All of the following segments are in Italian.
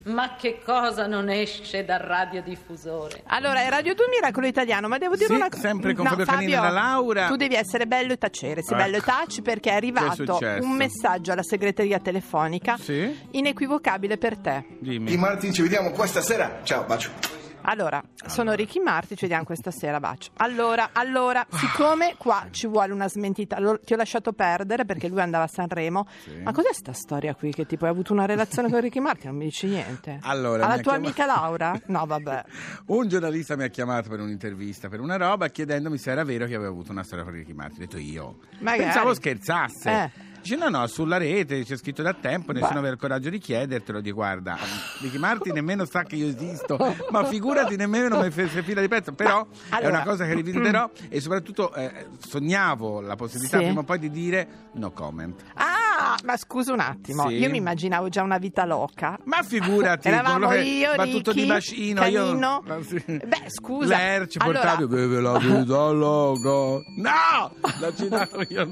Ma che cosa non esce dal radiodiffusore? Allora, è Radio 2 Miracolo Italiano, ma devo dire una cosa. Sempre con Fabio Canino e la Laura. Tu devi essere bello e tacere, sei bello e taci, perché è arrivato un messaggio alla segreteria telefonica inequivocabile per te. Dimmi. Ricky Martin, ci vediamo qua stasera. Ciao, bacio. Allora, sono Ricky Martin, ci vediamo questa sera, bacio. Allora, siccome qua ci vuole una smentita, ti ho lasciato perdere perché lui andava a Sanremo. Ma cos'è sta storia qui che tipo hai avuto una relazione con Ricky Martin? Non mi dici niente. Allora, alla tua amica Laura? No, vabbè. Un giornalista mi ha chiamato per un'intervista, per una roba, chiedendomi se era vero che avevo avuto una storia con Ricky Martin. Ho detto io. Magari. Pensavo scherzasse. Dice no, sulla rete c'è scritto da tempo, nessuno aveva il coraggio di chiedertelo. Di guarda, Ricky Martin nemmeno sa che io esisto, ma figurati, nemmeno mi fece fila di pezzo. Però allora, è una cosa che rivisiterò e soprattutto sognavo la possibilità prima o poi di dire no comment. Ma scusa un attimo, io mi immaginavo già una vita loca. Ma figurati, eravamo io, va tutto di bacino, Canino. Beh, scusa, Ler ci portavi beve la vita loca. No, l'ho citato io,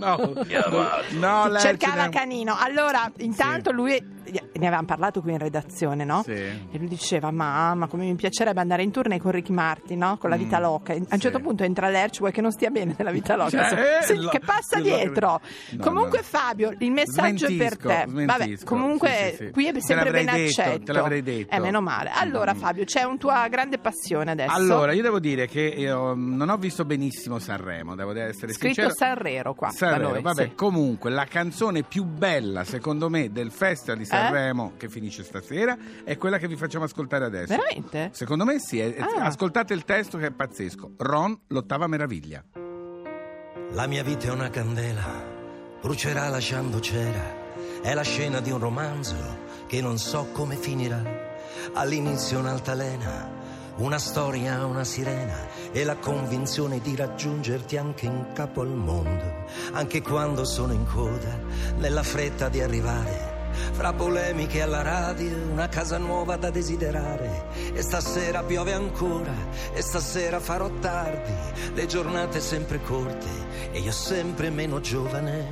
no, cercava Canino. Allora, intanto lui ne avevamo parlato qui in redazione, no? Sì. E lui diceva: mamma, come mi piacerebbe andare in tournée con Ricky Martin, no? Con la vita loca. A un certo punto entra Lerch, vuoi che non stia bene nella vita loca? Che passa dietro. Comunque Fabio, il messaggio è per te. Vabbè, comunque qui è sempre ben accetto. Te l'avrei detto. Meno male. Allora Fabio, c'è una tua grande passione adesso. Allora, io devo dire che io non ho visto benissimo Sanremo, devo essere sincero. Scritto Sanrero qua da noi. Vabbè, sì. comunque la canzone più bella secondo me del Festival di Sanremo che finisce stasera è quella che vi facciamo ascoltare adesso. Veramente? Secondo me sì. Ascoltate il testo che è pazzesco. Ron, l'ottava meraviglia. La mia vita è una candela, brucerà lasciando cera. È la scena di un romanzo che non so come finirà. All'inizio un'altalena, una storia, una sirena e la convinzione di raggiungerti anche in capo al mondo, anche quando sono in coda, nella fretta di arrivare. Fra polemiche alla radio, una casa nuova da desiderare. E stasera piove ancora, e stasera farò tardi. Le giornate sempre corte, e io sempre meno giovane.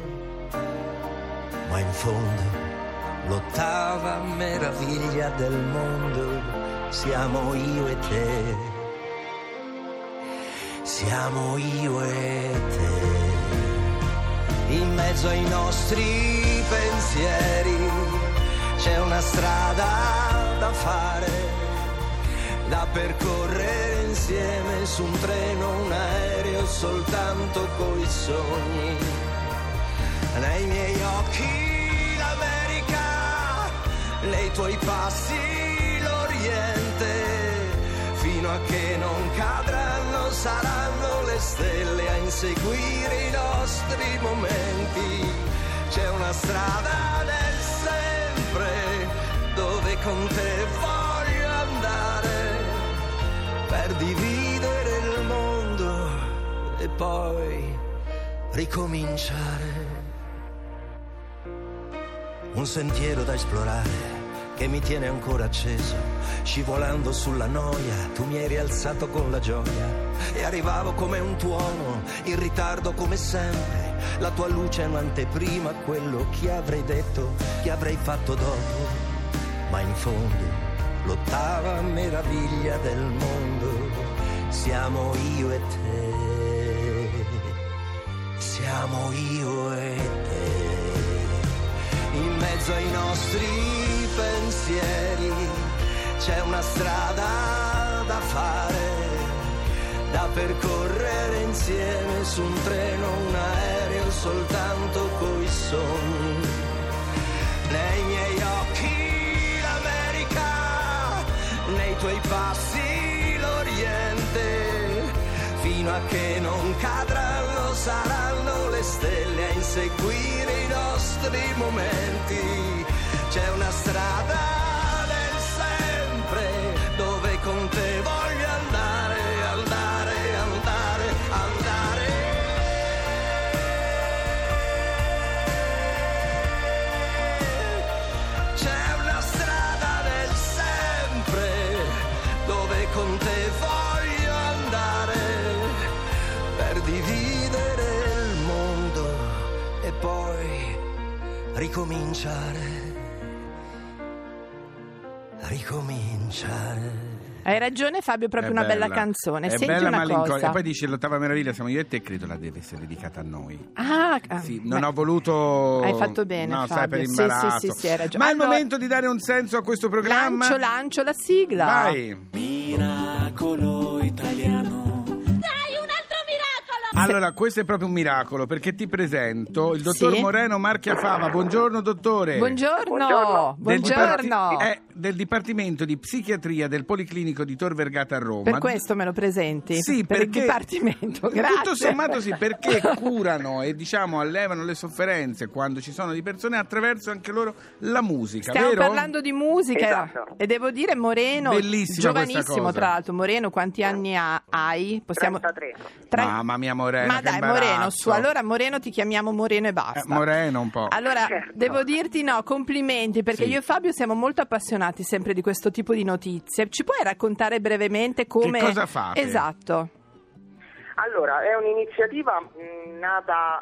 Ma in fondo, l'ottava meraviglia del mondo siamo io e te. Siamo io e te. In mezzo ai nostri pensieri c'è una strada da fare, da percorrere insieme su un treno, un aereo, soltanto coi sogni. Nei miei occhi l'America, nei tuoi passi l'Oriente, fino a che non cadranno saranno le stelle a inseguire i nostri momenti. C'è una strada nel sempre dove con te voglio andare per dividere il mondo e poi ricominciare. Un sentiero da esplorare che mi tiene ancora acceso, scivolando sulla noia, tu mi hai rialzato con la gioia e arrivavo come un tuono, in ritardo come sempre. La tua luce è un'anteprima a quello che avrei detto, che avrei fatto dopo. Ma in fondo, l'ottava meraviglia del mondo siamo io e te. Siamo io e te. In mezzo ai nostri pensieri c'è una strada da fare, da percorrere insieme su un treno, un aereo, soltanto coi sogni. Nei miei occhi l'America, nei tuoi passi l'Oriente, fino a che non cadranno saranno le stelle a inseguire i nostri momenti. C'è una strada del sempre dove con te voglio andare, andare, andare, andare. C'è una strada del sempre dove con te voglio andare per dividere il mondo e poi ricominciare. ricominciare. Hai ragione Fabio, è proprio una bella canzone. È Senti bella una cosa. E poi dice l'ottava meraviglia siamo io e te, credo la deve essere dedicata a noi. Sì, non beh, ho voluto. Hai fatto bene, no, Fabio. sai, per imbarazzo. Sì, hai ragione. Ma è il momento di dare un senso a questo programma. Lancio la sigla. Vai. Miracolo italiano. Allora, questo è proprio un miracolo, perché ti presento il dottor Moreno Marchiafava. Buongiorno, dottore. Buongiorno. Del Dipartimento di Psichiatria del Policlinico di Tor Vergata a Roma. Per questo me lo presenti? Sì, per perché il Dipartimento, grazie. Tutto sommato sì, perché curano e allevano le sofferenze quando ci sono di persone attraverso anche loro la musica. Stiamo vero? parlando di musica, esatto. E devo dire Moreno, bellissima giovanissimo tra l'altro. Moreno, quanti anni hai? 33. Mamma mia, Moreno. Ma dai, Moreno, su. Allora Moreno ti chiamiamo Moreno e basta. Moreno un po'. Allora, Certo. devo dirti complimenti, perché Sì. io e Fabio siamo molto appassionati sempre di questo tipo di notizie. Ci puoi raccontare brevemente come... Che cosa fate? Esatto. Allora, è un'iniziativa nata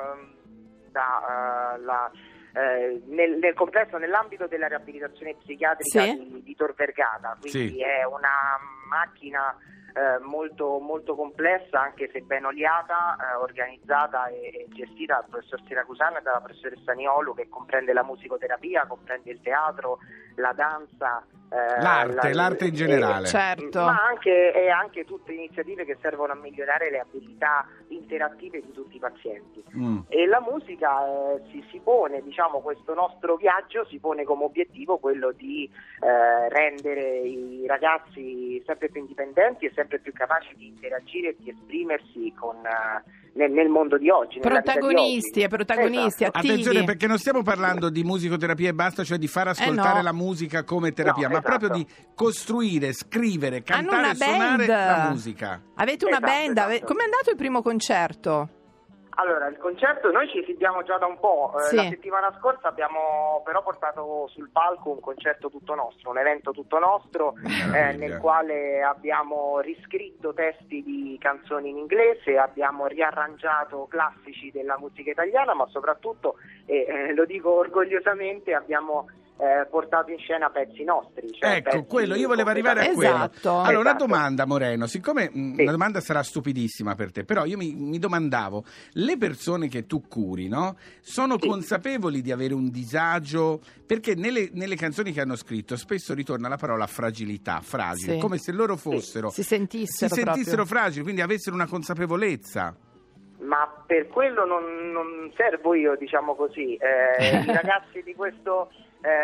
nel complesso, nell'ambito della riabilitazione psichiatrica di Tor Vergata, quindi Sì. è una macchina molto, molto complessa, anche se ben oliata, organizzata e gestita dal professor Siracusano e dalla professoressa Niolu, che comprende la musicoterapia, comprende il teatro, la danza, l'arte in generale. Certo. Ma anche tutte iniziative che servono a migliorare le abilità interattive di tutti i pazienti. E la musica si pone, questo nostro viaggio si pone come obiettivo quello di rendere i ragazzi sempre più indipendenti e sempre più capaci di interagire e di esprimersi nel mondo di oggi. Protagonisti esatto. attivi. Attenzione, perché non stiamo parlando di musicoterapia e basta, cioè di far ascoltare la musica come terapia, ma esatto. proprio di costruire, scrivere, Hanno cantare una e suonare band. la musica. Avete una band? Esatto. Com'è andato il primo concerto? Allora, il concerto noi ci esibiamo già da un po', Sì. La settimana scorsa abbiamo però portato sul palco un concerto tutto nostro, un evento tutto nostro, nel quale abbiamo riscritto testi di canzoni in inglese, abbiamo riarrangiato classici della musica italiana, ma soprattutto, lo dico orgogliosamente, abbiamo portato in scena pezzi nostri. Cioè Ecco, quello, io volevo arrivare a quello. Esatto. Allora, una Esatto. domanda, Moreno, siccome una domanda sarà stupidissima per te, però io mi domandavo, le persone che tu curi, no? Sono consapevoli di avere un disagio? Perché nelle canzoni che hanno scritto spesso ritorna la parola fragilità, fragile, come se loro fossero si sentissero proprio fragili, quindi avessero una consapevolezza. Ma per quello non servo io, così. I ragazzi di questo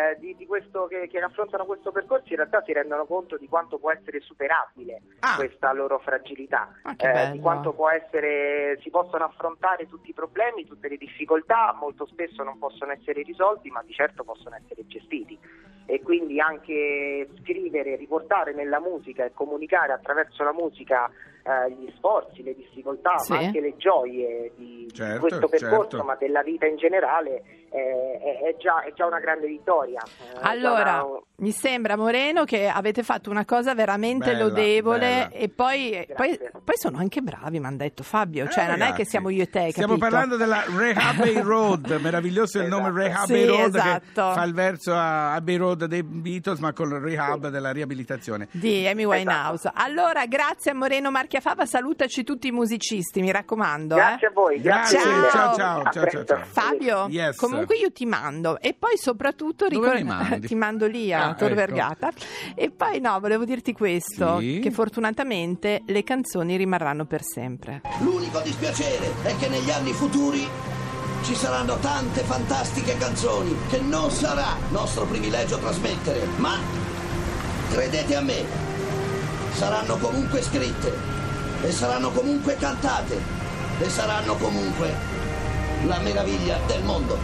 che affrontano questo percorso in realtà si rendono conto di quanto può essere superabile questa loro fragilità, di quanto si possono affrontare tutti i problemi, tutte le difficoltà, molto spesso non possono essere risolti, ma di certo possono essere gestiti. E quindi anche scrivere, riportare nella musica e comunicare attraverso la musica gli sforzi, le difficoltà, ma anche le gioie di questo percorso, ma della vita in generale, è già una grande vittoria. Allora, mi sembra, Moreno, che avete fatto una cosa veramente lodevole, e poi sono anche bravi, mi hanno detto Fabio, cioè non ragazzi, è che siamo io e te, stiamo capito? parlando della Rehab Abbey Road, meraviglioso il nome Rehab Abbey Road, che fa il verso a Abbey Road dei Beatles, ma con il rehab della riabilitazione di Amy Winehouse. Allora, grazie a Moreno Marchiafava, salutaci tutti i musicisti, mi raccomando. Grazie a voi, grazie. Ciao. Ciao. Fabio, Yes. comunque io ti mando, e poi soprattutto ti mando lì a Tor Vergata, e poi volevo dirti questo, che fortunatamente le canzoni rimarranno per sempre. L'unico dispiacere è che negli anni futuri ci saranno tante fantastiche canzoni che non sarà nostro privilegio trasmettere, ma credete a me, saranno comunque scritte e saranno comunque cantate e saranno comunque la meraviglia del mondo.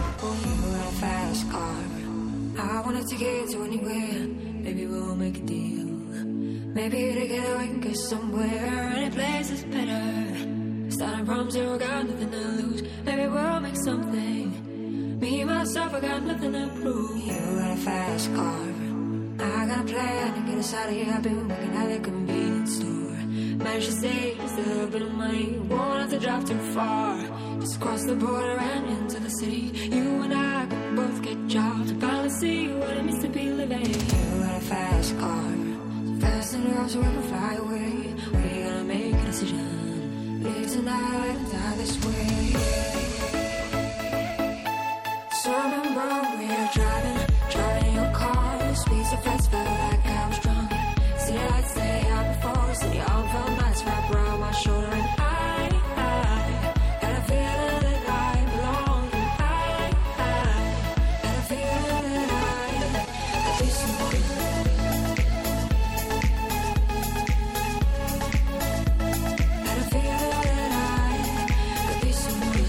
I wanted to get to anywhere. Maybe we'll make a deal. Maybe together we can get somewhere. Any place is better. Starting from zero, got nothing to lose. Maybe we'll make something. Me, myself, I got nothing to prove. You got a fast car. I got a plan to get us out of here. I've been working at a convenience store. Managed to save just a little bit of money. Won't have to drive too far. Just cross the border and into the city. You and I can both get jobs. To finally see what it means to be living. You got a fast car, so fast enough so we can fly away. We're gonna make a decision. Live tonight and die this way. So remember we're driving your car. Speed so fast, felt like I was drunk. City lights stay out before. City all felt nice wrapped around my shoulder. And I had a feeling that I belong. I had a feeling that I could be someone. Had a feeling that I could be someone.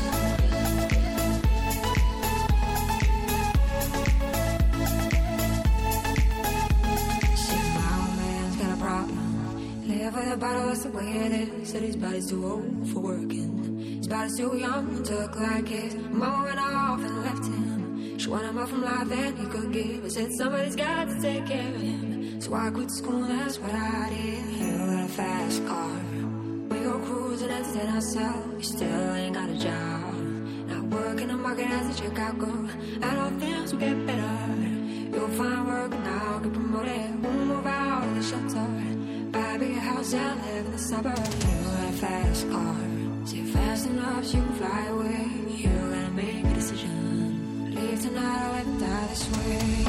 See, my old man's got a problem. Live with a bottle, that's the way it is. Said his body's too old for working. His body's too young to look like his mom went off and left him. She wanted more from life than he could give. I said somebody's got to take care of him. So I quit school, that's what I did. You got a fast car. We go cruising, entertain ourselves. You still ain't got a job. Not working the market as a checkout girl. I don't think will get better. You'll find work now, get promoted. We'll move out of the shelter. Buy a bigger house and live in the suburbs. You got a fast car. So you're fast enough, so you can fly away. You gotta make a decision. Live tonight or let me die this way.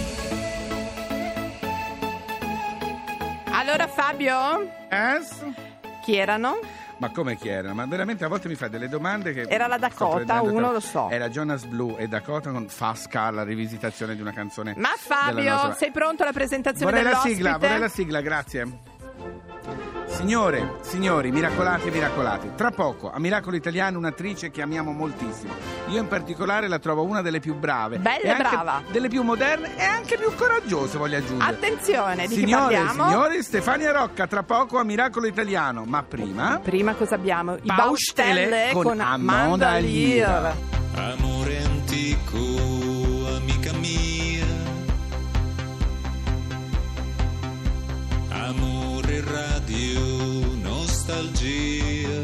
Allora Fabio, Yes? chi erano? Ma come chi era? Ma veramente a volte mi fai delle domande che... Era la Dakota, uno lo so. Era Jonas Blue e Dakota con Fast Car, la rivisitazione di una canzone. Ma Fabio, sei pronto alla presentazione dell'ospite? Vorrei la sigla, grazie. Signore, signori, miracolati e miracolati, tra poco a Miracolo Italiano un'attrice che amiamo moltissimo. Io in particolare la trovo una delle più brave. Bella e brava. Delle più moderne e anche più coraggiose, voglio aggiungere. Attenzione, di chi Signore e parliamo? signori, Stefania Rocca tra poco a Miracolo Italiano. Ma prima... Prima cosa abbiamo? I Baustelle Baustelle con Amanda Lear. Amore antico, amica mia. Amore radio, nostalgia.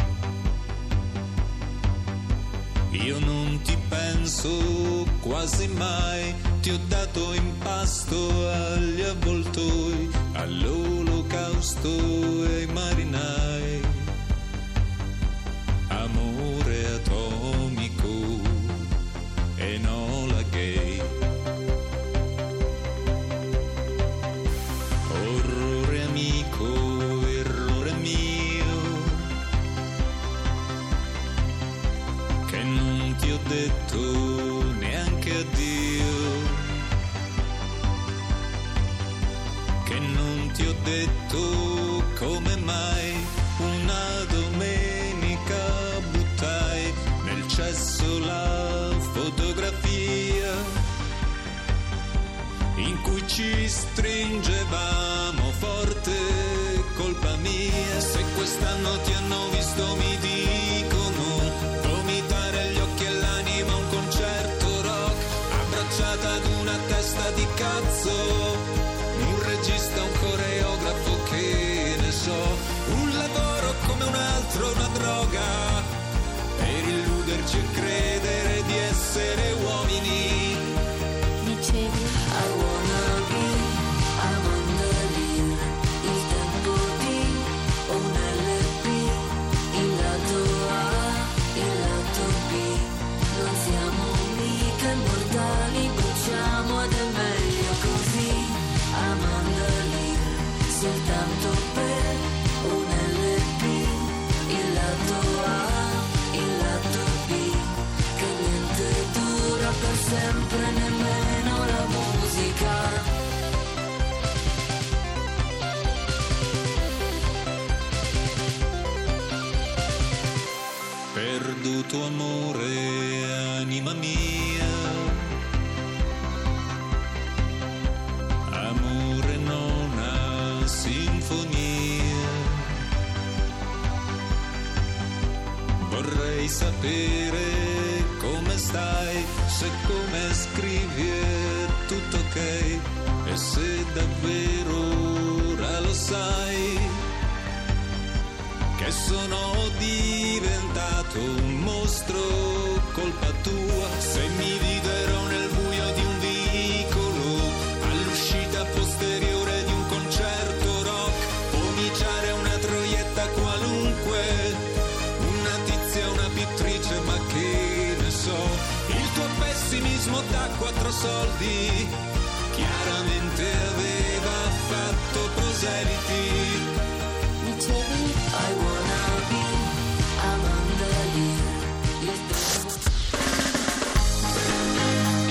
Io non ti penso quasi mai, ti ho dato in pasto agli avvoltoi, all'olocausto e ai marinai. Amore atomico e Enola Gay. Orrore amico, errore mio, che non ti ho detto neanche addio, che non ti ho detto come mai una domenica buttai nel cesso la fotografia in cui ci stringevamo forte, colpa mia. Se quest'anno ti hanno visto mi dicono vomitare gli occhi e l'anima a un concerto rock, abbracciata ad una testa di cazzo, un regista, un coreografo, che ne so, un lavoro come un altro, una droga, per illuderci e credere di essere uomini. Dicevi I wanna be Amanda Lear, il tempo di un LP, il lato A, il lato B, non siamo mica immortali, bruciamo ed è meglio così. Amanda Lear, soltanto per un LP, il lato A, il lato B, che niente dura per sempre, nemmeno la musica. Perduto amore, anima mia, amore nona sinfonia. Vorrei sapere come stai, se come scrivi è tutto ok, e se davvero ora lo sai che sono diventato un mostro, colpa tua. Se mi videro bautismo da 4 soldi, chiaramente aveva fatto proseliti. Dicevi I wanna be, I'm under you.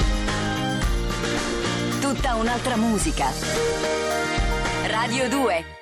Tutta un'altra musica. Radio 2.